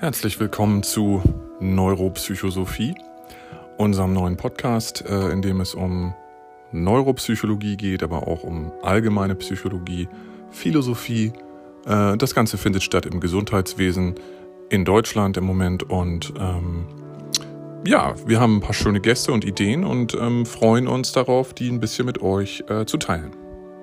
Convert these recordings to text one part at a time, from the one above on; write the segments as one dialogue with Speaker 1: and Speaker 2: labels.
Speaker 1: Herzlich willkommen zu Neuropsychosophie, unserem neuen Podcast, in dem es um Neuropsychologie geht, aber auch um allgemeine Psychologie, Philosophie. Das Ganze findet statt im Gesundheitswesen in Deutschland im Moment und wir haben ein paar schöne Gäste und Ideen und freuen uns darauf, die ein bisschen mit euch zu teilen.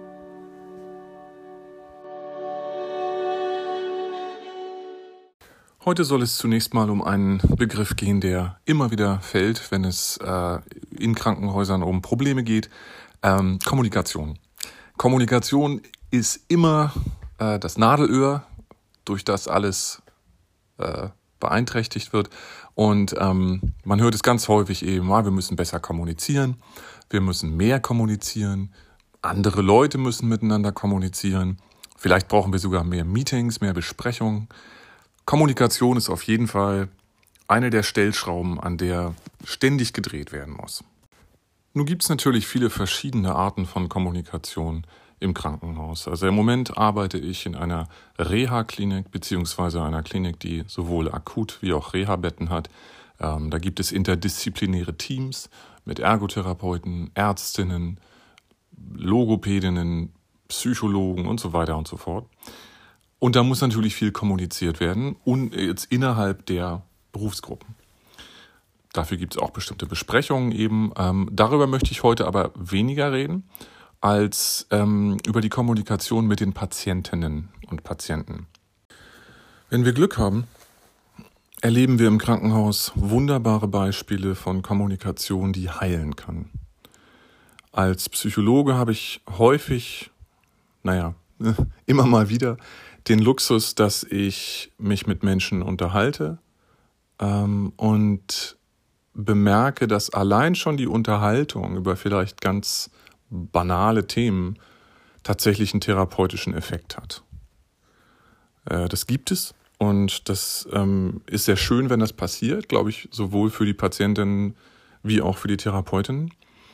Speaker 1: Heute soll es zunächst mal um einen Begriff gehen, der immer wieder fällt, wenn es in Krankenhäusern um Probleme geht. Kommunikation. Kommunikation ist immer das Nadelöhr, durch das alles beeinträchtigt wird. Und man hört es ganz häufig eben, wir müssen besser kommunizieren, wir müssen mehr kommunizieren, andere Leute müssen miteinander kommunizieren, vielleicht brauchen wir sogar mehr Meetings, mehr Besprechungen. Kommunikation ist auf jeden Fall eine der Stellschrauben, an der ständig gedreht werden muss. Nun gibt es natürlich viele verschiedene Arten von Kommunikation im Krankenhaus. Also im Moment arbeite ich in einer Reha-Klinik beziehungsweise einer Klinik, die sowohl Akut- wie auch Reha-Betten hat. Da gibt es interdisziplinäre Teams mit Ergotherapeuten, Ärztinnen, Logopädinnen, Psychologen und so weiter und so fort. Und da muss natürlich viel kommuniziert werden und jetzt innerhalb der Berufsgruppen. Dafür gibt es auch bestimmte Besprechungen eben. Darüber möchte ich heute aber weniger reden, als über die Kommunikation mit den Patientinnen und Patienten. Wenn wir Glück haben, erleben wir im Krankenhaus wunderbare Beispiele von Kommunikation, die heilen kann. Als Psychologe habe ich häufig, immer mal wieder den Luxus, dass ich mich mit Menschen unterhalte und bemerke, dass allein schon die Unterhaltung über vielleicht ganz banale Themen tatsächlich einen therapeutischen Effekt hat. Das gibt es und das ist sehr schön, wenn das passiert, glaube ich, sowohl für die Patientinnen wie auch für die Therapeutinnen.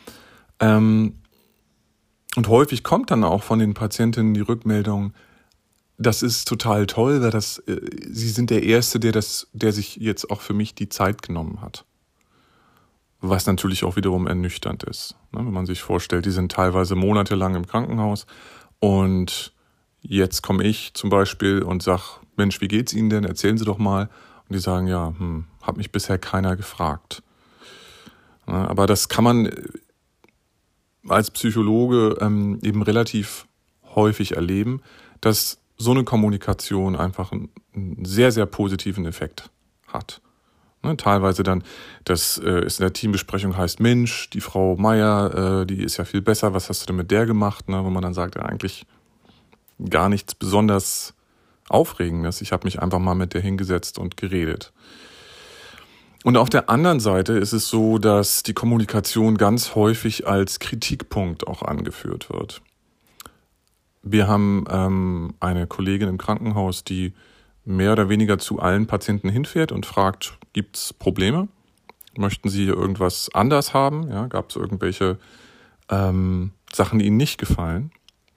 Speaker 1: Und häufig kommt dann auch von den Patientinnen die Rückmeldung, das ist total toll, weil Sie sind der Erste, der sich jetzt auch für mich die Zeit genommen hat. Was natürlich auch wiederum ernüchternd ist. Wenn man sich vorstellt, die sind teilweise monatelang im Krankenhaus und jetzt komme ich zum Beispiel und sage, Mensch, wie geht's Ihnen denn? Erzählen Sie doch mal. Und die sagen, hat mich bisher keiner gefragt. Aber das kann man als Psychologe eben relativ häufig erleben, dass so eine Kommunikation einfach einen sehr, sehr positiven Effekt hat. Teilweise dann, das ist in der Teambesprechung heißt, Mensch, die Frau Meier, die ist ja viel besser, was hast du denn mit der gemacht? Wo man dann sagt, ja, eigentlich gar nichts besonders Aufregendes. Ich habe mich einfach mal mit der hingesetzt und geredet. Und auf der anderen Seite ist es so, dass die Kommunikation ganz häufig als Kritikpunkt auch angeführt wird. Wir haben eine Kollegin im Krankenhaus, die mehr oder weniger zu allen Patienten hinfährt und fragt, gibt es Probleme? Möchten Sie hier irgendwas anders haben? Ja, gab es irgendwelche Sachen, die Ihnen nicht gefallen?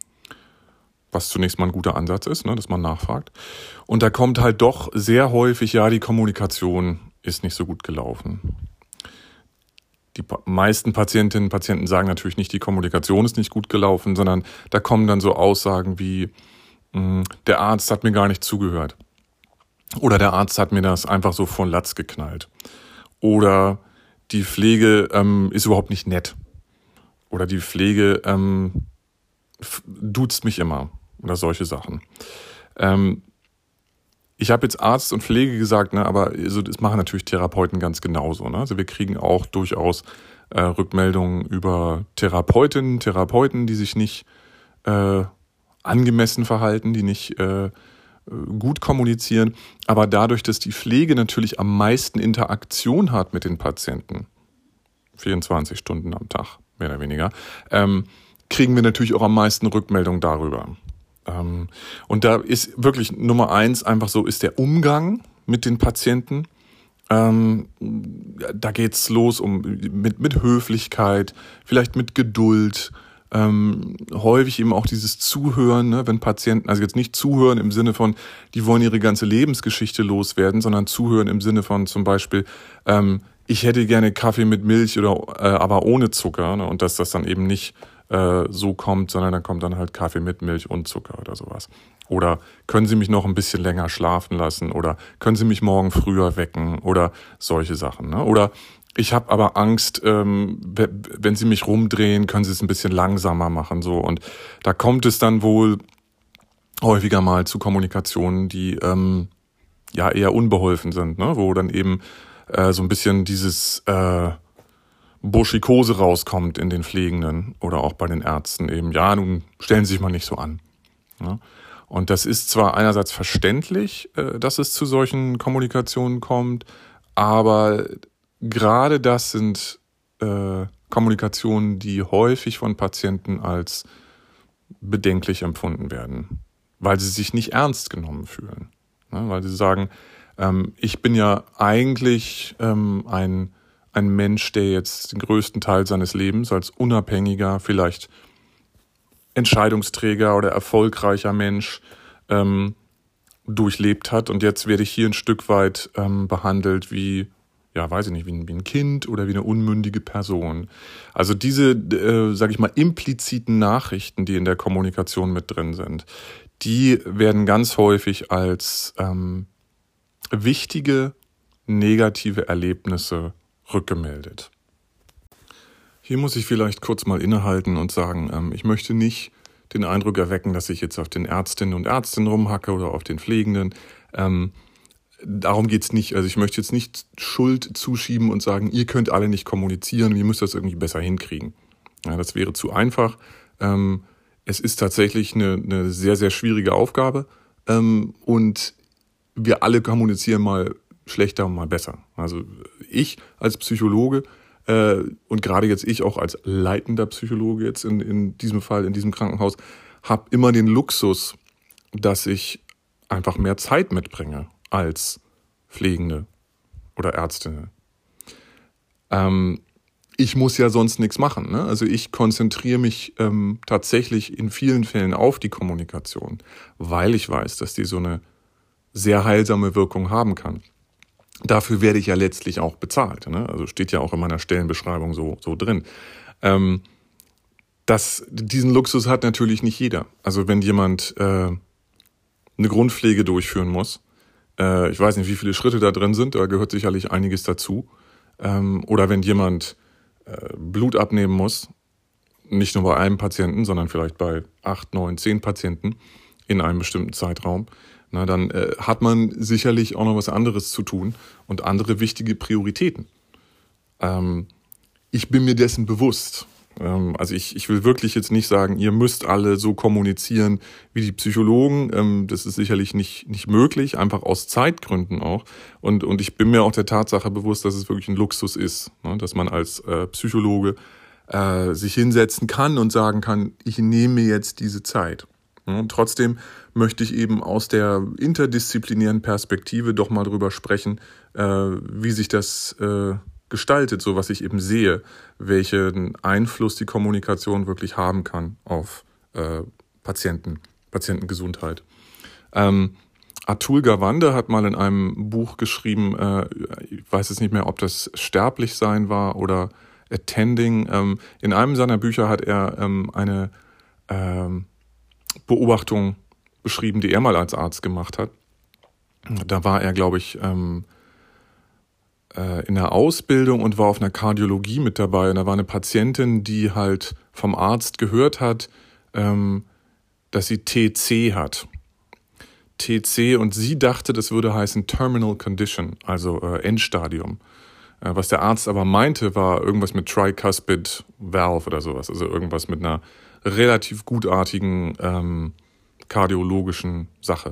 Speaker 1: Was zunächst mal ein guter Ansatz ist, dass man nachfragt. Und da kommt halt doch sehr häufig, die Kommunikation ist nicht so gut gelaufen. Die meisten Patientinnen und Patienten sagen natürlich nicht, die Kommunikation ist nicht gut gelaufen, sondern da kommen dann so Aussagen wie, der Arzt hat mir gar nicht zugehört. Oder der Arzt hat mir das einfach so vor den Latz geknallt. Oder die Pflege ist überhaupt nicht nett. Oder die Pflege duzt mich immer. Oder solche Sachen. Ich habe jetzt Arzt und Pflege gesagt, aber das machen natürlich Therapeuten ganz genauso. Also wir kriegen auch durchaus Rückmeldungen über Therapeutinnen, Therapeuten, die sich nicht angemessen verhalten, die nicht gut kommunizieren. Aber dadurch, dass die Pflege natürlich am meisten Interaktion hat mit den Patienten, 24 Stunden am Tag, mehr oder weniger, kriegen wir natürlich auch am meisten Rückmeldungen darüber. Und da ist wirklich Nummer 1 einfach so, ist der Umgang mit den Patienten. Da geht's los mit Höflichkeit, vielleicht mit Geduld, häufig eben auch dieses Zuhören, ne, wenn Patienten, also jetzt nicht zuhören im Sinne von, die wollen ihre ganze Lebensgeschichte loswerden, sondern zuhören im Sinne von zum Beispiel, ich hätte gerne Kaffee mit Milch oder aber ohne Zucker, ne, und dass das dann eben nicht so kommt, sondern dann kommt dann halt Kaffee mit Milch und Zucker oder sowas. Oder können Sie mich noch ein bisschen länger schlafen lassen oder können Sie mich morgen früher wecken oder solche Sachen, ne? Oder ich habe aber Angst, wenn Sie mich rumdrehen, können Sie es ein bisschen langsamer machen, so. Und da kommt es dann wohl häufiger mal zu Kommunikationen, die ja eher unbeholfen sind, ne? Wo dann eben so ein bisschen dieses Burschikose rauskommt in den Pflegenden oder auch bei den Ärzten eben. Ja, nun stellen Sie sich mal nicht so an. Ne? Und das ist zwar einerseits verständlich, dass es zu solchen Kommunikationen kommt, aber gerade das sind Kommunikationen, die häufig von Patienten als bedenklich empfunden werden, weil sie sich nicht ernst genommen fühlen. Ne? Weil sie sagen, ich bin ja eigentlich ein Mensch, der jetzt den größten Teil seines Lebens als unabhängiger, vielleicht Entscheidungsträger oder erfolgreicher Mensch durchlebt hat. Und jetzt werde ich hier ein Stück weit behandelt wie, ja, weiß ich nicht, wie ein Kind oder wie eine unmündige Person. Also diese, sage ich mal, impliziten Nachrichten, die in der Kommunikation mit drin sind, die werden ganz häufig als wichtige negative Erlebnisse rückgemeldet. Hier muss ich vielleicht kurz mal innehalten und sagen, ich möchte nicht den Eindruck erwecken, dass ich jetzt auf den Ärztinnen und Ärzten rumhacke oder auf den Pflegenden. Darum geht's nicht. Also ich möchte jetzt nicht Schuld zuschieben und sagen, ihr könnt alle nicht kommunizieren, ihr müsst das irgendwie besser hinkriegen. Ja, das wäre zu einfach. Es ist tatsächlich eine sehr, sehr schwierige Aufgabe und wir alle kommunizieren mal schlechter und mal besser. Also ich als Psychologe und gerade jetzt ich auch als leitender Psychologe jetzt in diesem Fall, in diesem Krankenhaus, habe immer den Luxus, dass ich einfach mehr Zeit mitbringe als Pflegende oder Ärztinnen. Ich muss ja sonst nichts machen, ne? Also ich konzentriere mich tatsächlich in vielen Fällen auf die Kommunikation, weil ich weiß, dass die so eine sehr heilsame Wirkung haben kann. Dafür werde ich ja letztlich auch bezahlt, ne? Also steht ja auch in meiner Stellenbeschreibung so drin. Diesen Luxus hat natürlich nicht jeder. Also wenn jemand eine Grundpflege durchführen muss, ich weiß nicht, wie viele Schritte da drin sind, da gehört sicherlich einiges dazu. Oder wenn jemand Blut abnehmen muss, nicht nur bei einem Patienten, sondern vielleicht bei 8, 9, 10 Patienten in einem bestimmten Zeitraum, na, dann hat man sicherlich auch noch was anderes zu tun und andere wichtige Prioritäten. Ich bin mir dessen bewusst. Also ich will wirklich jetzt nicht sagen, ihr müsst alle so kommunizieren wie die Psychologen. Das ist sicherlich nicht möglich, einfach aus Zeitgründen auch. Und ich bin mir auch der Tatsache bewusst, dass es wirklich ein Luxus ist, ne? Dass man als Psychologe sich hinsetzen kann und sagen kann, ich nehme mir jetzt diese Zeit. Und trotzdem möchte ich eben aus der interdisziplinären Perspektive doch mal drüber sprechen, wie sich das gestaltet, so was ich eben sehe, welchen Einfluss die Kommunikation wirklich haben kann auf Patientengesundheit. Atul Gawande hat mal in einem Buch geschrieben, ich weiß jetzt nicht mehr, ob das Sterblichsein war oder Attending. In einem seiner Bücher hat er eine Beobachtung beschrieben, die er mal als Arzt gemacht hat. Da war er, glaube ich, in der Ausbildung und war auf einer Kardiologie mit dabei. Und da war eine Patientin, die halt vom Arzt gehört hat, dass sie TC hat. TC, und sie dachte, das würde heißen Terminal Condition, also Endstadium. Was der Arzt aber meinte, war irgendwas mit Tricuspid Valve oder sowas, also irgendwas mit einer relativ gutartigen kardiologischen Sache.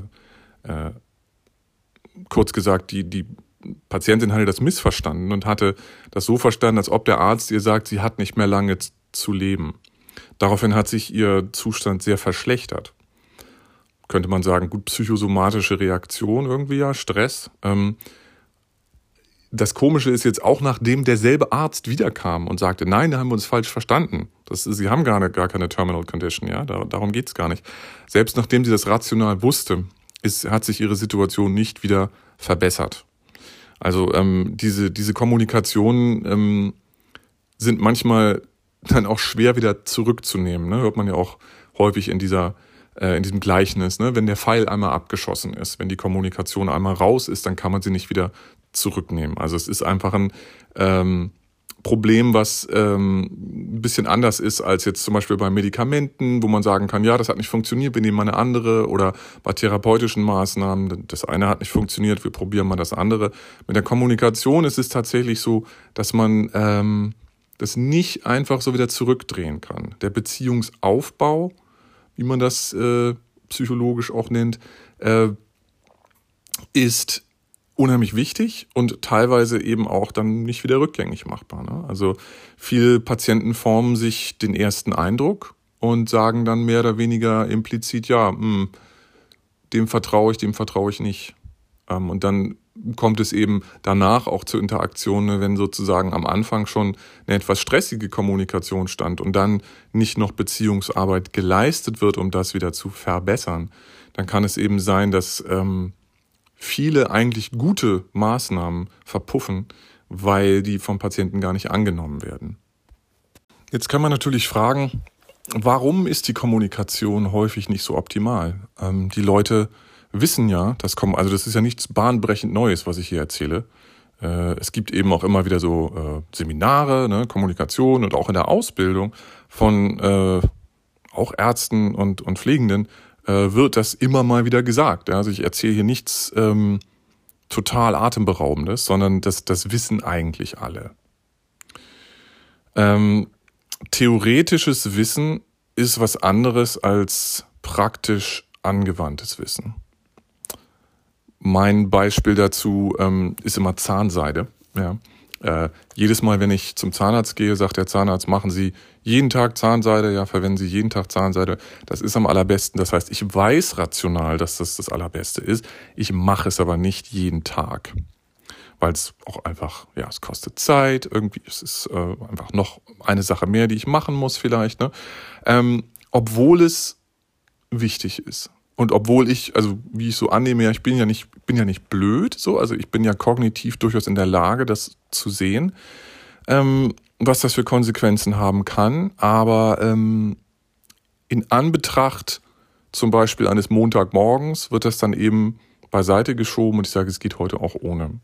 Speaker 1: Kurz gesagt, die Patientin hatte das missverstanden und hatte das so verstanden, als ob der Arzt ihr sagt, sie hat nicht mehr lange zu leben. Daraufhin hat sich ihr Zustand sehr verschlechtert. Könnte man sagen, gut, psychosomatische Reaktion irgendwie, ja, Stress. das Komische ist jetzt auch, nachdem derselbe Arzt wiederkam und sagte, nein, da haben wir uns falsch verstanden. Sie haben gar keine Terminal Condition, ja, darum geht's gar nicht. Selbst nachdem sie das rational wusste, hat sich ihre Situation nicht wieder verbessert. Also diese Kommunikationen sind manchmal dann auch schwer wieder zurückzunehmen. Ne? Hört man ja auch häufig in diesem Gleichnis. Ne? Wenn der Pfeil einmal abgeschossen ist, wenn die Kommunikation einmal raus ist, dann kann man sie nicht wieder zurücknehmen. Also es ist einfach ein Problem, was ein bisschen anders ist als jetzt zum Beispiel bei Medikamenten, wo man sagen kann, ja, das hat nicht funktioniert, wir nehmen mal eine andere, oder bei therapeutischen Maßnahmen, das eine hat nicht funktioniert, wir probieren mal das andere. Mit der Kommunikation ist es tatsächlich so, dass man das nicht einfach so wieder zurückdrehen kann. Der Beziehungsaufbau, wie man das psychologisch auch nennt, ist unheimlich wichtig und teilweise eben auch dann nicht wieder rückgängig machbar. Ne? Also viele Patienten formen sich den ersten Eindruck und sagen dann mehr oder weniger implizit, ja, dem vertraue ich nicht. Und dann kommt es eben danach auch zur Interaktion, wenn sozusagen am Anfang schon eine etwas stressige Kommunikation stand und dann nicht noch Beziehungsarbeit geleistet wird, um das wieder zu verbessern. Dann kann es eben sein, dass viele eigentlich gute Maßnahmen verpuffen, weil die vom Patienten gar nicht angenommen werden. Jetzt kann man natürlich fragen, warum ist die Kommunikation häufig nicht so optimal? Die Leute wissen ja, das ist ja nichts bahnbrechend Neues, was ich hier erzähle. Es gibt eben auch immer wieder so Seminare, ne, Kommunikation, und auch in der Ausbildung von auch Ärzten und Pflegenden wird das immer mal wieder gesagt. Also ich erzähle hier nichts total Atemberaubendes, sondern das wissen eigentlich alle. Theoretisches Wissen ist was anderes als praktisch angewandtes Wissen. Mein Beispiel dazu ist immer Zahnseide. Ja. Jedes Mal, wenn ich zum Zahnarzt gehe, sagt der Zahnarzt, machen Sie jeden Tag Zahnseide, ja, verwenden Sie jeden Tag Zahnseide. Das ist am allerbesten. Das heißt, ich weiß rational, dass das das Allerbeste ist. Ich mache es aber nicht jeden Tag, weil es auch einfach, ja, es kostet Zeit. Irgendwie ist es einfach noch eine Sache mehr, die ich machen muss vielleicht. Ne? Obwohl es wichtig ist. Und obwohl ich, also wie ich so annehme, ja, ich bin ja nicht blöd, so, also ich bin ja kognitiv durchaus in der Lage, das zu sehen, was das für Konsequenzen haben kann. Aber in Anbetracht zum Beispiel eines Montagmorgens wird das dann eben beiseite geschoben und ich sage, es geht heute auch ohne.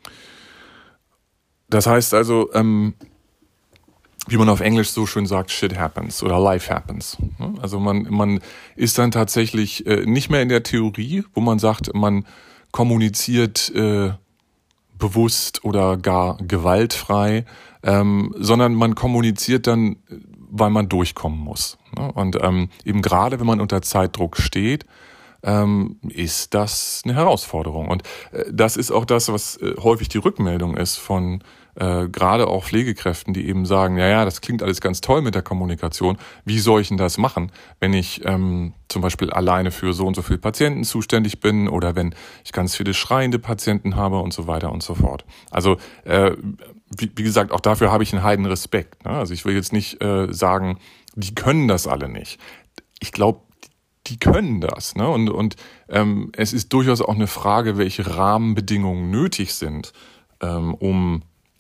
Speaker 1: Das heißt also, wie man auf Englisch so schön sagt, shit happens oder life happens. Also man ist dann tatsächlich nicht mehr in der Theorie, wo man sagt, man kommuniziert bewusst oder gar gewaltfrei, sondern man kommuniziert dann, weil man durchkommen muss. Und eben gerade, wenn man unter Zeitdruck steht, ist das eine Herausforderung. Und das ist auch das, was häufig die Rückmeldung ist von gerade auch Pflegekräften, die eben sagen, ja, das klingt alles ganz toll mit der Kommunikation. Wie soll ich denn das machen, wenn ich zum Beispiel alleine für so und so viele Patienten zuständig bin oder wenn ich ganz viele schreiende Patienten habe und so weiter und so fort. Also wie gesagt, auch dafür habe ich einen heiden Respekt. Ne? Also ich will jetzt nicht sagen, die können das alle nicht. Ich glaube, die können das. Ne? Und es ist durchaus auch eine Frage, welche Rahmenbedingungen nötig sind, um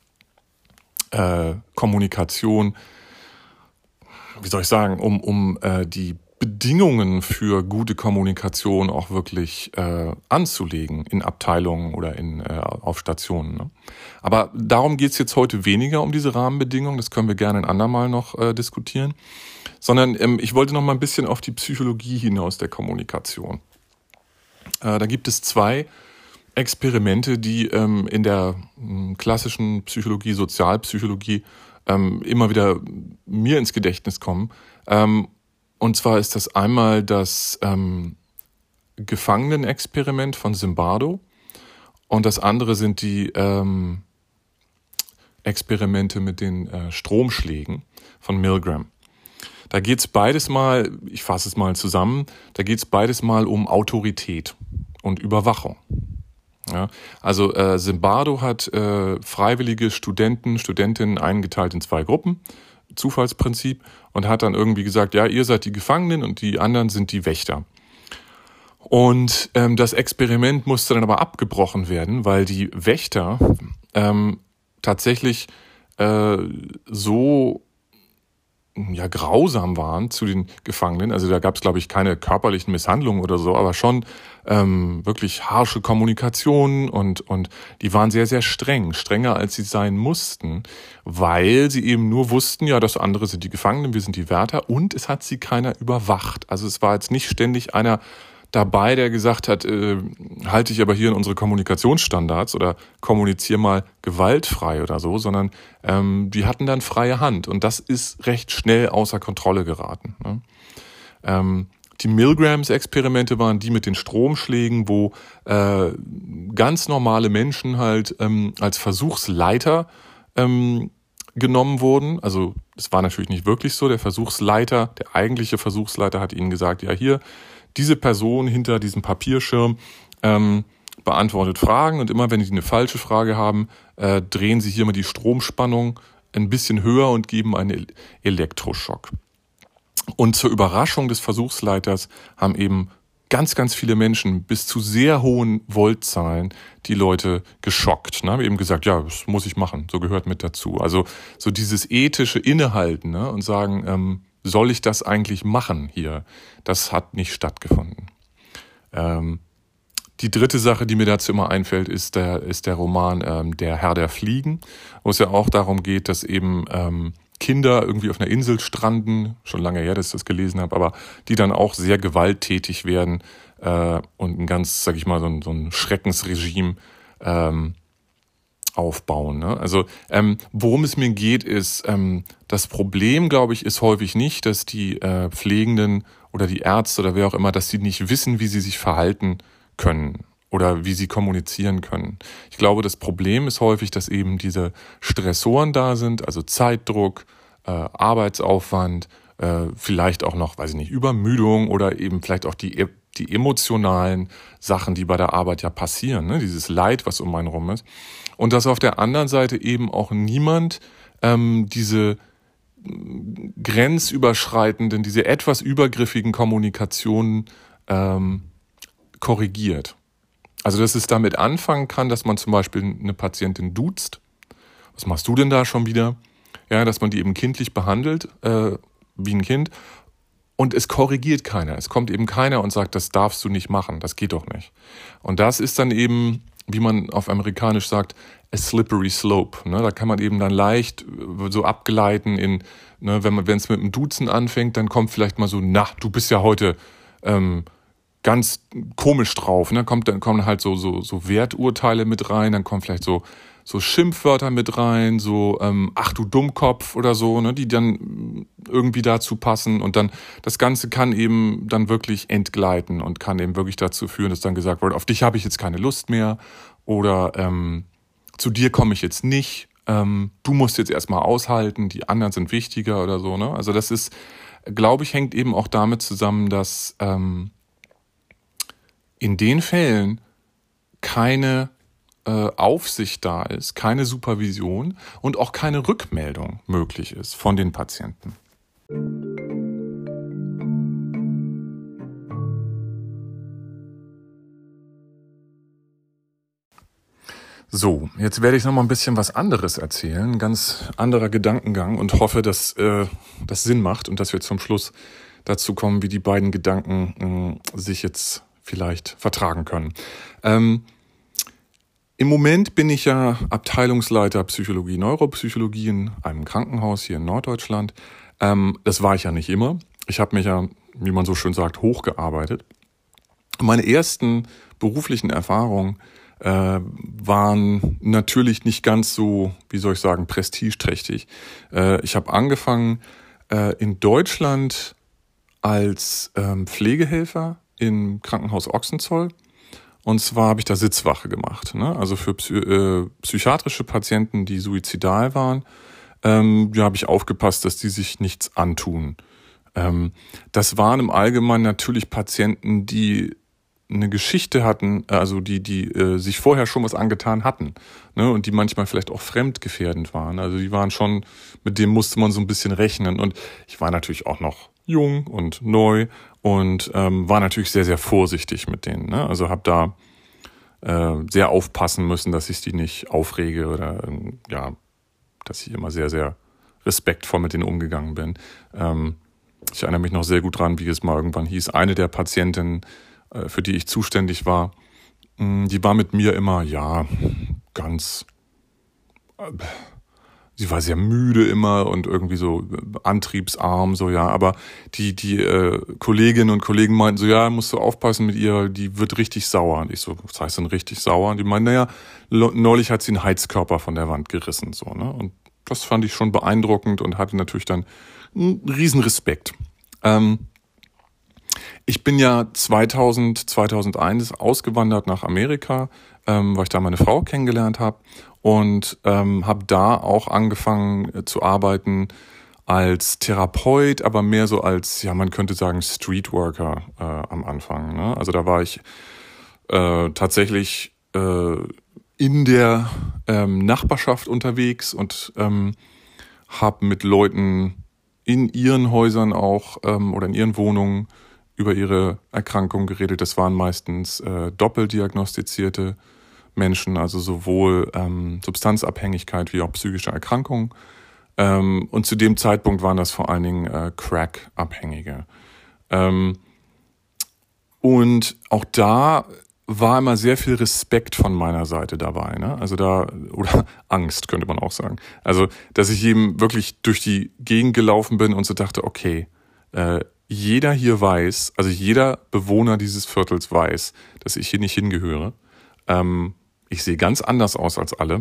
Speaker 1: Kommunikation, wie soll ich sagen, um die Bedingungen für gute Kommunikation auch wirklich anzulegen in Abteilungen oder auf Stationen. Ne? Aber darum geht es jetzt heute weniger, um diese Rahmenbedingungen. Das können wir gerne ein andermal noch diskutieren. Sondern ich wollte noch mal ein bisschen auf die Psychologie hinaus der Kommunikation. Da gibt es 2 Experimente, die in der klassischen Psychologie, Sozialpsychologie immer wieder mir ins Gedächtnis kommen. Und zwar ist das einmal das Gefangenenexperiment von Zimbardo und das andere sind die Experimente mit den Stromschlägen von Milgram. Da geht es beides mal, ich fasse es mal zusammen, da geht es beides mal um Autorität und Überwachung. Ja, also Zimbardo hat freiwillige Studentinnen eingeteilt in 2 Gruppen, Zufallsprinzip, und hat dann irgendwie gesagt, ja, ihr seid die Gefangenen und die anderen sind die Wächter. Und das Experiment musste dann aber abgebrochen werden, weil die Wächter tatsächlich so grausam waren zu den Gefangenen. Also da gab es, glaube ich, keine körperlichen Misshandlungen oder so, aber schon wirklich harsche Kommunikation und die waren sehr, sehr streng, strenger als sie sein mussten, weil sie eben nur wussten, ja, das andere sind die Gefangenen, wir sind die Wärter, und es hat sie keiner überwacht. Also es war jetzt nicht ständig einer dabei, der gesagt hat, halte ich aber hier in unsere Kommunikationsstandards oder kommuniziere mal gewaltfrei oder so, sondern die hatten dann freie Hand, und das ist recht schnell außer Kontrolle geraten. Ne? Die Milgrams-Experimente waren die mit den Stromschlägen, wo ganz normale Menschen halt als Versuchsleiter genommen wurden. Also es war natürlich nicht wirklich so. Der Versuchsleiter, der eigentliche Versuchsleiter hat ihnen gesagt, ja hier, diese Person hinter diesem Papierschirm beantwortet Fragen, und immer wenn Sie eine falsche Frage haben, drehen Sie hier mal die Stromspannung ein bisschen höher und geben einen Elektroschock. Und zur Überraschung des Versuchsleiters haben eben ganz, ganz viele Menschen bis zu sehr hohen Voltzahlen die Leute geschockt. Ne? Haben eben gesagt, ja, das muss ich machen, so gehört mit dazu. Also so dieses ethische Innehalten, ne? Und sagen, soll ich das eigentlich machen hier? Das hat nicht stattgefunden. Die dritte Sache, die mir dazu immer einfällt, ist der Roman Der Herr der Fliegen, wo es ja auch darum geht, dass eben Kinder irgendwie auf einer Insel stranden, schon lange her, dass ich das gelesen habe, aber die dann auch sehr gewalttätig werden und ein ganz, sag ich mal, so ein Schreckensregime aufbauen. Ne? Also worum es mir geht, ist, das Problem, glaube ich, ist häufig nicht, dass die Pflegenden oder die Ärzte oder wer auch immer, dass sie nicht wissen, wie sie sich verhalten können oder wie sie kommunizieren können. Ich glaube, das Problem ist häufig, dass eben diese Stressoren da sind, also Zeitdruck, Arbeitsaufwand, vielleicht auch noch, weiß ich nicht, Übermüdung oder eben vielleicht auch die emotionalen Sachen, die bei der Arbeit ja passieren, ne? Dieses Leid, was um einen rum ist. Und dass auf der anderen Seite eben auch niemand diese grenzüberschreitenden, diese etwas übergriffigen Kommunikationen korrigiert. Also dass es damit anfangen kann, dass man zum Beispiel eine Patientin duzt. Was machst du denn da schon wieder? Ja, dass man die eben kindlich behandelt, wie ein Kind. Und es korrigiert keiner. Es kommt eben keiner und sagt, das darfst du nicht machen, das geht doch nicht. Und das ist dann eben, wie man auf Amerikanisch sagt, a slippery slope. Ne? Da kann man eben dann leicht so abgleiten in, ne, wenn es mit dem Duzen anfängt, dann kommt vielleicht mal so, na, du bist ja heute ganz komisch drauf. Ne? Dann kommen halt so Werturteile mit rein, dann kommen vielleicht so Schimpfwörter mit rein, so ach du Dummkopf oder so, ne, die dann irgendwie dazu passen, und dann das Ganze kann eben dann wirklich entgleiten und kann eben wirklich dazu führen, dass dann gesagt wird, auf dich habe ich jetzt keine Lust mehr oder zu dir komme ich jetzt nicht, du musst jetzt erstmal aushalten, die anderen sind wichtiger oder so. Ne? Also das ist, glaube ich, hängt eben auch damit zusammen, dass in den Fällen keine Aufsicht da ist, keine Supervision und auch keine Rückmeldung möglich ist von den Patienten. So, jetzt werde ich noch mal ein bisschen was anderes erzählen, ein ganz anderer Gedankengang, und hoffe, dass das Sinn macht und dass wir zum Schluss dazu kommen, wie die beiden Gedanken sich jetzt vielleicht vertragen können. Im Moment bin ich ja Abteilungsleiter Psychologie, Neuropsychologie in einem Krankenhaus hier in Norddeutschland. Das war ich ja nicht immer. Ich habe mich ja, wie man so schön sagt, hochgearbeitet. Meine ersten beruflichen Erfahrungen waren natürlich nicht ganz so, wie soll ich sagen, prestigeträchtig. Ich habe angefangen in Deutschland als Pflegehelfer im Krankenhaus Ochsenzoll. Und zwar habe ich da Sitzwache gemacht, ne? Also für psychiatrische Patienten, die suizidal waren, habe ich aufgepasst, dass die sich nichts antun. Das waren im Allgemeinen natürlich Patienten, die eine Geschichte hatten, also die sich vorher schon was angetan hatten, ne, und die manchmal vielleicht auch fremdgefährdend waren. Also die waren schon, mit dem musste man so ein bisschen rechnen. Und ich war natürlich auch noch jung und neu und war natürlich sehr, sehr vorsichtig mit denen. Ne? Also habe da sehr aufpassen müssen, dass ich die nicht aufrege oder dass ich immer sehr, sehr respektvoll mit denen umgegangen bin. Ich erinnere mich noch sehr gut dran, wie es mal irgendwann hieß, eine der Patientinnen, für die ich zuständig war, die war mit mir immer, ganz, sie war sehr müde immer und irgendwie so antriebsarm, so, aber die Kolleginnen und Kollegen meinten so, musst du aufpassen mit ihr, die wird richtig sauer. Und ich so, was heißt denn richtig sauer? Und die meinten, neulich hat sie einen Heizkörper von der Wand gerissen, so, ne? Und das fand ich schon beeindruckend und hatte natürlich dann einen riesen Respekt. Ich bin ja 2001 ausgewandert nach Amerika, weil ich da meine Frau kennengelernt habe und habe da auch angefangen zu arbeiten als Therapeut, aber mehr so als, man könnte sagen, Streetworker am Anfang. Ne? Also da war ich tatsächlich in der Nachbarschaft unterwegs und habe mit Leuten in ihren Häusern auch oder in ihren Wohnungen über ihre Erkrankung geredet. Das waren meistens doppeldiagnostizierte Menschen, also sowohl Substanzabhängigkeit wie auch psychische Erkrankungen. Und zu dem Zeitpunkt waren das vor allen Dingen Crack-Abhängige. Und auch da war immer sehr viel Respekt von meiner Seite dabei, ne? Also oder Angst, könnte man auch sagen. Also, dass ich eben wirklich durch die Gegend gelaufen bin und so dachte, okay, jeder hier weiß, also jeder Bewohner dieses Viertels weiß, dass ich hier nicht hingehöre. Ich sehe ganz anders aus als alle.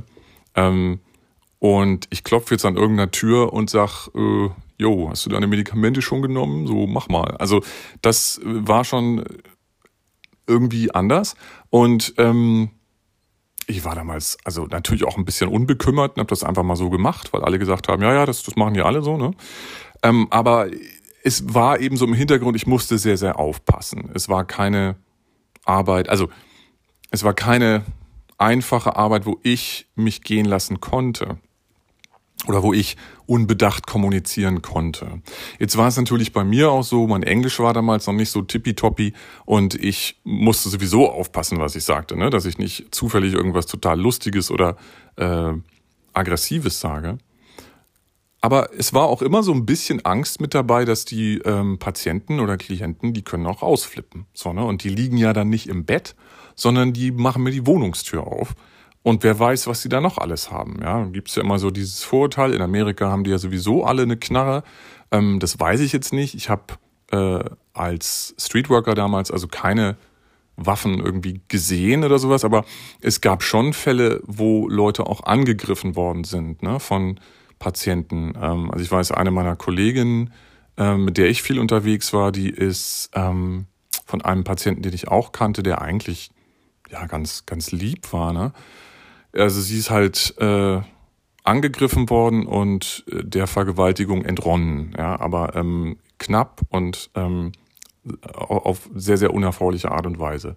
Speaker 1: Und ich klopfe jetzt an irgendeiner Tür und sag, hast du deine Medikamente schon genommen? So, mach mal. Also, das war schon irgendwie anders. Und ich war damals also natürlich auch ein bisschen unbekümmert und habe das einfach mal so gemacht, weil alle gesagt haben, das machen ja alle so, ne? Aber es war eben so im Hintergrund, ich musste sehr, sehr aufpassen. Es war keine Arbeit, also es war keine einfache Arbeit, wo ich mich gehen lassen konnte. Oder wo ich unbedacht kommunizieren konnte. Jetzt war es natürlich bei mir auch so, mein Englisch war damals noch nicht so tippitoppi und ich musste sowieso aufpassen, was ich sagte, ne? Dass ich nicht zufällig irgendwas total Lustiges oder Aggressives sage. Aber es war auch immer so ein bisschen Angst mit dabei, dass die Patienten oder Klienten, die können auch ausflippen. So, ne? Und die liegen ja dann nicht im Bett, sondern die machen mir die Wohnungstür auf. Und wer weiß, was sie da noch alles haben. Ja, gibt's ja immer so dieses Vorurteil. In Amerika haben die ja sowieso alle eine Knarre. Das weiß ich jetzt nicht. Ich habe als Streetworker damals also keine Waffen irgendwie gesehen oder sowas. Aber es gab schon Fälle, wo Leute auch angegriffen worden sind, ne, von Patienten. Also ich weiß, eine meiner Kolleginnen, mit der ich viel unterwegs war, die ist von einem Patienten, den ich auch kannte, der eigentlich ganz, ganz lieb war, ne? Also sie ist halt angegriffen worden und der Vergewaltigung entronnen, aber knapp und auf sehr, sehr unerfreuliche Art und Weise.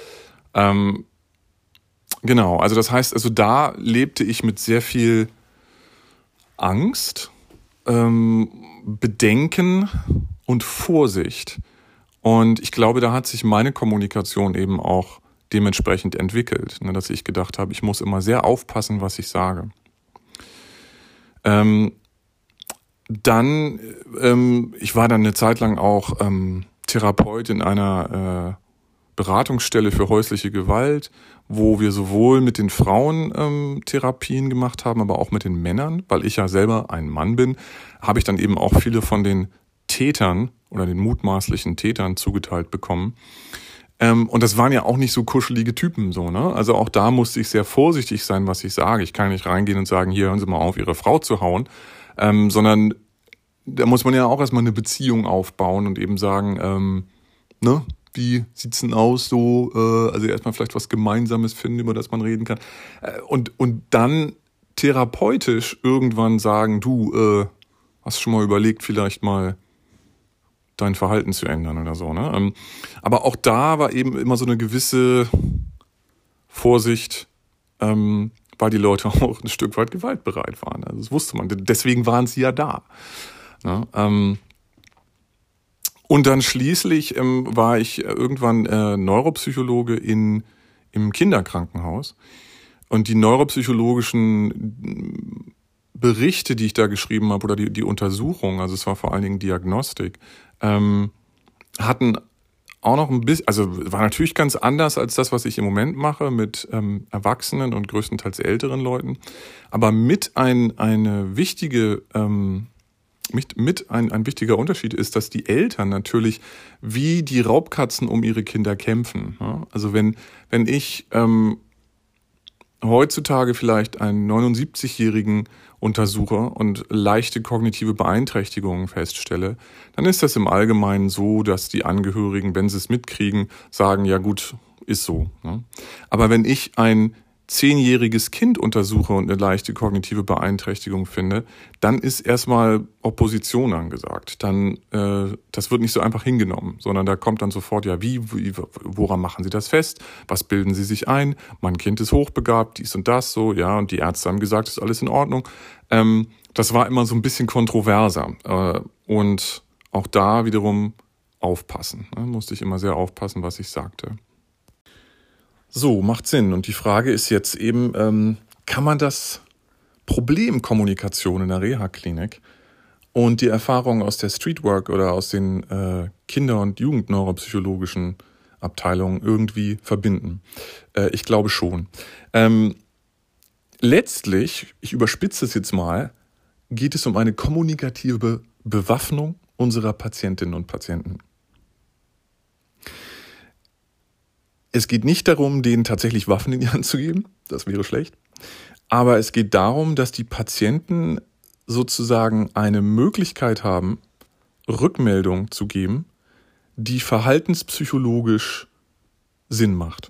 Speaker 1: Genau, also das heißt, also da lebte ich mit sehr viel Angst, Bedenken und Vorsicht. Und ich glaube, da hat sich meine Kommunikation eben auch dementsprechend entwickelt, ne, dass ich gedacht habe, ich muss immer sehr aufpassen, was ich sage. Ich war dann eine Zeit lang auch Therapeut in einer Beratungsstelle für häusliche Gewalt, wo wir sowohl mit den Frauen Therapien gemacht haben, aber auch mit den Männern, weil ich ja selber ein Mann bin, habe ich dann eben auch viele von den Tätern oder den mutmaßlichen Tätern zugeteilt bekommen. Und das waren ja auch nicht so kuschelige Typen, so, ne? Also auch da musste ich sehr vorsichtig sein, was ich sage. Ich kann nicht reingehen und sagen, hier, hören Sie mal auf, Ihre Frau zu hauen, sondern da muss man ja auch erstmal eine Beziehung aufbauen und eben sagen, wie sieht's denn aus, so, also erstmal vielleicht was Gemeinsames finden, über das man reden kann. Und dann therapeutisch irgendwann sagen, du, hast schon mal überlegt, vielleicht mal dein Verhalten zu ändern oder so. Ne? Aber auch da war eben immer so eine gewisse Vorsicht, weil die Leute auch ein Stück weit gewaltbereit waren. Also das wusste man. Deswegen waren sie ja da. Ne? Und dann schließlich war ich irgendwann Neuropsychologe im Kinderkrankenhaus. Und die neuropsychologischen Berichte, die ich da geschrieben habe, oder die Untersuchung, also es war vor allen Dingen Diagnostik, hatten auch noch ein bisschen, also war natürlich ganz anders als das, was ich im Moment mache mit Erwachsenen und größtenteils älteren Leuten, aber ein wichtiger Unterschied ist, dass die Eltern natürlich wie die Raubkatzen um ihre Kinder kämpfen. Ja? Also wenn ich heutzutage vielleicht einen 79-Jährigen untersuche und leichte kognitive Beeinträchtigungen feststelle, dann ist das im Allgemeinen so, dass die Angehörigen, wenn sie es mitkriegen, sagen, ja gut, ist so. Ne? Aber wenn ich ein 10-jähriges Kind untersuche und eine leichte kognitive Beeinträchtigung finde, dann ist erstmal Opposition angesagt. Dann, das wird nicht so einfach hingenommen, sondern da kommt dann sofort, ja, woran machen Sie das fest? Was bilden Sie sich ein? Mein Kind ist hochbegabt, dies und das, so, ja, und die Ärzte haben gesagt, ist alles in Ordnung. Das war immer so ein bisschen kontroverser. Und auch da wiederum aufpassen. Ne? Musste ich immer sehr aufpassen, was ich sagte. So, macht Sinn. Und die Frage ist jetzt eben, kann man das Problem Kommunikation in der Reha-Klinik und die Erfahrungen aus der Streetwork oder aus den Kinder- und Jugendneuropsychologischen Abteilungen irgendwie verbinden? Ich glaube schon. Letztlich, ich überspitze es jetzt mal, geht es um eine kommunikative Bewaffnung unserer Patientinnen und Patienten. Es geht nicht darum, denen tatsächlich Waffen in die Hand zu geben, das wäre schlecht, aber es geht darum, dass die Patienten sozusagen eine Möglichkeit haben, Rückmeldung zu geben, die verhaltenspsychologisch Sinn macht.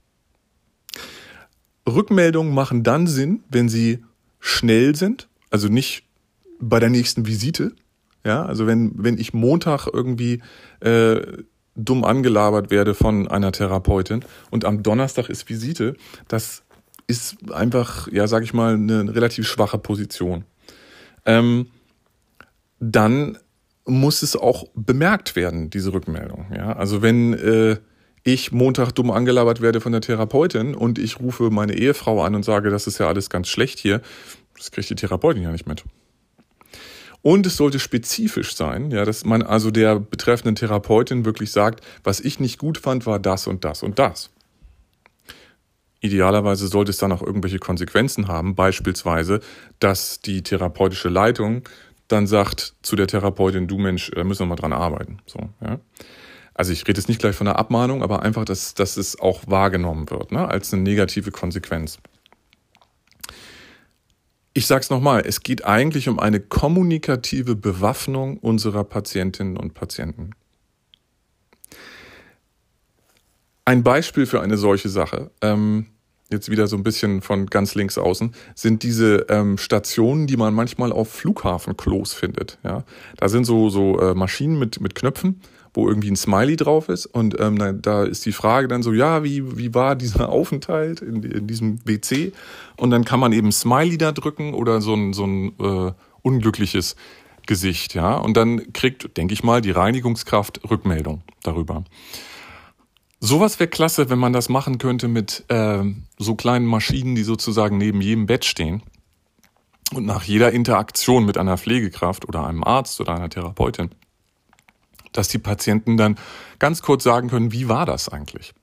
Speaker 1: Rückmeldungen machen dann Sinn, wenn sie schnell sind, also nicht bei der nächsten Visite. Ja, also wenn ich Montag irgendwie dumm angelabert werde von einer Therapeutin und am Donnerstag ist Visite, das ist einfach, ja, sag ich mal, eine relativ schwache Position. Dann muss es auch bemerkt werden, diese Rückmeldung. Ja, also wenn ich Montag dumm angelabert werde von der Therapeutin und ich rufe meine Ehefrau an und sage, das ist ja alles ganz schlecht hier, das kriegt die Therapeutin ja nicht mit. Und es sollte spezifisch sein, ja, dass man also der betreffenden Therapeutin wirklich sagt, was ich nicht gut fand, war das und das und das. Idealerweise sollte es dann auch irgendwelche Konsequenzen haben, beispielsweise, dass die therapeutische Leitung dann sagt zu der Therapeutin, du Mensch, da müssen wir mal dran arbeiten. So, ja. Also ich rede jetzt nicht gleich von einer Abmahnung, aber einfach, dass es auch wahrgenommen wird, ne, als eine negative Konsequenz. Ich sage es nochmal, es geht eigentlich um eine kommunikative Bewaffnung unserer Patientinnen und Patienten. Ein Beispiel für eine solche Sache, jetzt wieder so ein bisschen von ganz links außen, sind diese Stationen, die man manchmal auf Flughafenklos findet. Ja? Da sind so Maschinen mit Knöpfen, wo irgendwie ein Smiley drauf ist und da ist die Frage dann so, ja, wie war dieser Aufenthalt in diesem WC? Und dann kann man eben Smiley da drücken oder so ein unglückliches Gesicht, ja. Und dann kriegt, denke ich mal, die Reinigungskraft Rückmeldung darüber. Sowas wäre klasse, wenn man das machen könnte mit so kleinen Maschinen, die sozusagen neben jedem Bett stehen. Und nach jeder Interaktion mit einer Pflegekraft oder einem Arzt oder einer Therapeutin, dass die Patienten dann ganz kurz sagen können, wie war das eigentlich?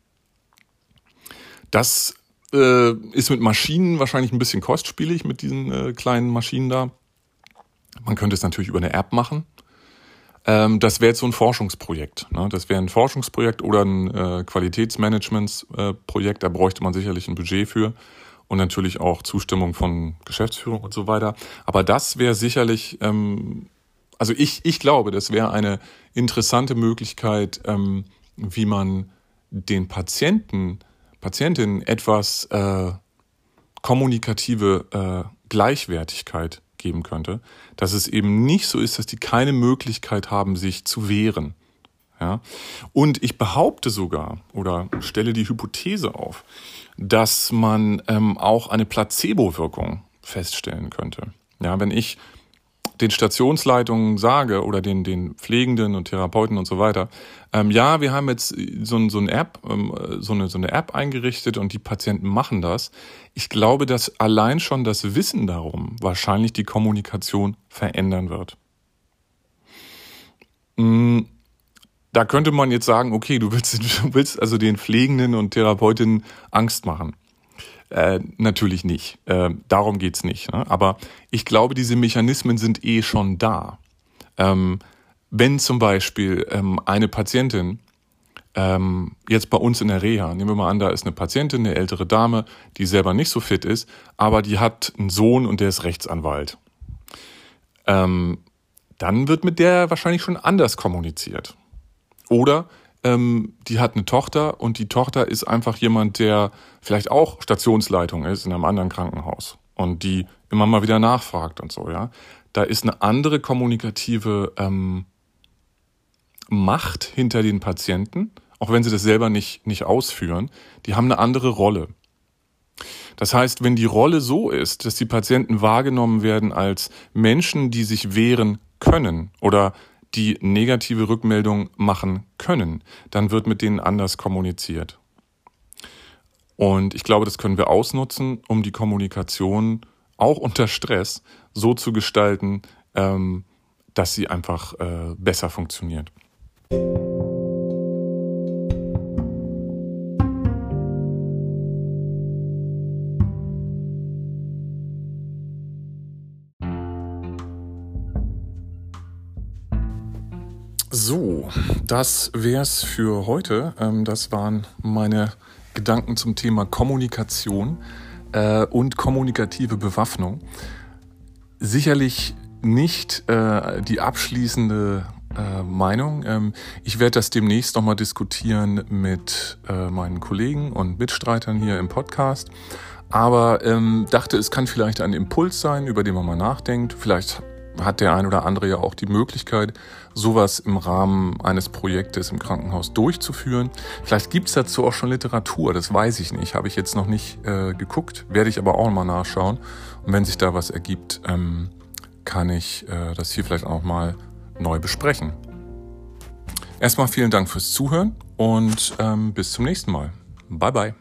Speaker 1: Das ist mit Maschinen wahrscheinlich ein bisschen kostspielig, mit diesen kleinen Maschinen da. Man könnte es natürlich über eine App machen. Das wäre jetzt so ein Forschungsprojekt. Ne? Das wäre ein Forschungsprojekt oder ein Qualitätsmanagementsprojekt. Da bräuchte man sicherlich ein Budget für und natürlich auch Zustimmung von Geschäftsführung und so weiter. Aber das wäre sicherlich... Also ich glaube, das wäre eine interessante Möglichkeit, wie man den Patientinnen etwas kommunikative Gleichwertigkeit geben könnte, dass es eben nicht so ist, dass die keine Möglichkeit haben, sich zu wehren. Ja? Und ich behaupte sogar oder stelle die Hypothese auf, dass man auch eine Placebo-Wirkung feststellen könnte. Ja, wenn ich den Stationsleitungen sage oder den Pflegenden und Therapeuten und so weiter, ja, wir haben jetzt so eine App eingerichtet und die Patienten machen das. Ich glaube, dass allein schon das Wissen darum wahrscheinlich die Kommunikation verändern wird. Da könnte man jetzt sagen, okay, du willst also den Pflegenden und Therapeutinnen Angst machen. Natürlich nicht. Darum geht's nicht. Ne? Aber ich glaube, diese Mechanismen sind schon da. Wenn zum Beispiel eine Patientin jetzt bei uns in der Reha, nehmen wir mal an, da ist eine Patientin, eine ältere Dame, die selber nicht so fit ist, aber die hat einen Sohn und der ist Rechtsanwalt. Dann wird mit der wahrscheinlich schon anders kommuniziert. Oder die hat eine Tochter und die Tochter ist einfach jemand, der vielleicht auch Stationsleitung ist in einem anderen Krankenhaus und die immer mal wieder nachfragt und so, ja. Da ist eine andere kommunikative Macht hinter den Patienten, auch wenn sie das selber nicht ausführen. Die haben eine andere Rolle. Das heißt, wenn die Rolle so ist, dass die Patienten wahrgenommen werden als Menschen, die sich wehren können oder die negative Rückmeldung machen können, dann wird mit denen anders kommuniziert. Und ich glaube, das können wir ausnutzen, um die Kommunikation auch unter Stress so zu gestalten, dass sie einfach besser funktioniert. So, das wär's für heute. Das waren meine Gedanken zum Thema Kommunikation und kommunikative Bewaffnung. Sicherlich nicht die abschließende Meinung. Ich werde das demnächst nochmal diskutieren mit meinen Kollegen und Mitstreitern hier im Podcast. Aber dachte, es kann vielleicht ein Impuls sein, über den man mal nachdenkt. Vielleicht hat der ein oder andere ja auch die Möglichkeit, sowas im Rahmen eines Projektes im Krankenhaus durchzuführen. Vielleicht gibt's dazu auch schon Literatur, das weiß ich nicht, habe ich jetzt noch nicht geguckt, werde ich aber auch mal nachschauen. Und wenn sich da was ergibt, kann ich das hier vielleicht auch mal neu besprechen. Erstmal vielen Dank fürs Zuhören und bis zum nächsten Mal. Bye bye.